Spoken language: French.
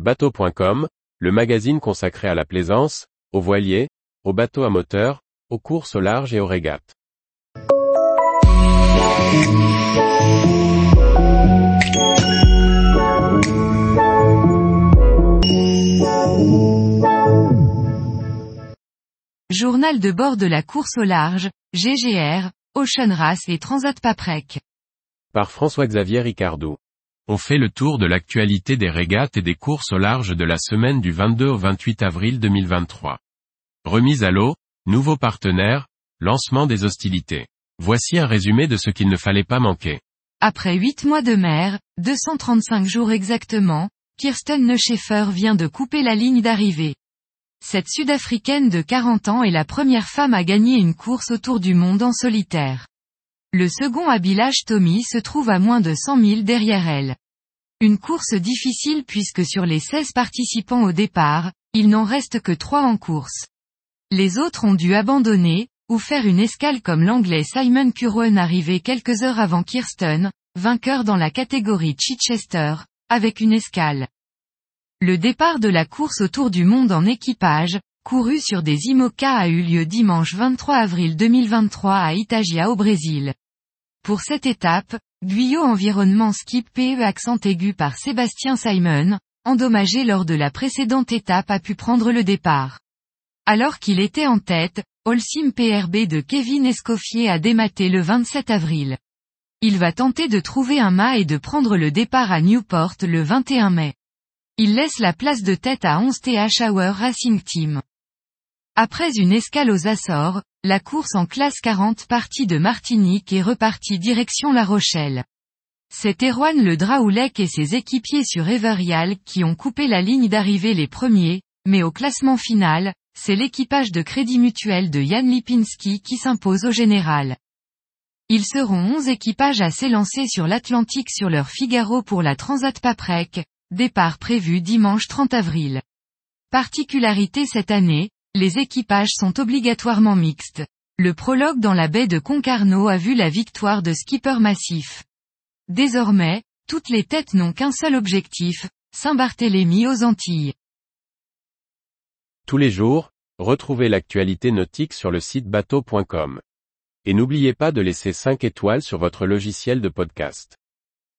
Bateau.com, le magazine consacré à la plaisance, aux voiliers, aux bateaux à moteur, aux courses au large et aux régates. Journal de bord de la course au large, GGR, Ocean Race et Transat Paprec. Par François-Xavier Ricardou. On fait le tour de l'actualité des régates et des courses au large de la semaine du 22 au 28 avril 2023. Remise à l'eau, nouveaux partenaires, lancement des hostilités. Voici un résumé de ce qu'il ne fallait pas manquer. Après 8 mois de mer, 235 jours exactement, Kirsten Neuschaeffer vient de couper la ligne d'arrivée. Cette Sud-Africaine de 40 ans est la première femme à gagner une course autour du monde en solitaire. Le second Abhilash Tomy se trouve à moins de 100 000 derrière elle. Une course difficile puisque sur les 16 participants au départ, il n'en reste que 3 en course. Les autres ont dû abandonner, ou faire une escale comme l'anglais Simon Curwen arrivé quelques heures avant Kirsten, vainqueur dans la catégorie Chichester, avec une escale. Le départ de la course autour du monde en équipage, couru sur des IMOCA a eu lieu dimanche 23 avril 2023 à Itagia au Brésil. Pour cette étape, Guyot Environnement Skip PE accent aigu par Sébastien Simon, endommagé lors de la précédente étape a pu prendre le départ. Alors qu'il était en tête, Holcim PRB de Kevin Escoffier a dématé le 27 avril. Il va tenter de trouver un mât et de prendre le départ à Newport le 21 mai. Il laisse la place de tête à 11 TH Hour Racing Team. Après une escale aux Açores, la course en classe 40 partie de Martinique est repartie direction La Rochelle. C'est Erwan Le Draoulec et ses équipiers sur Everial qui ont coupé la ligne d'arrivée les premiers, mais au classement final, c'est l'équipage de Crédit Mutuel de Jan Lipinski qui s'impose au général. Ils seront 11 équipages à s'élancer sur l'Atlantique sur leur Figaro pour la Transat Paprec, départ prévu dimanche 30 avril. Particularité cette année, les équipages sont obligatoirement mixtes. Le prologue dans la baie de Concarneau a vu la victoire de Skipper Massif. Désormais, toutes les têtes n'ont qu'un seul objectif, Saint-Barthélemy aux Antilles. Tous les jours, retrouvez l'actualité nautique sur le site bateau.com. Et n'oubliez pas de laisser 5 étoiles sur votre logiciel de podcast.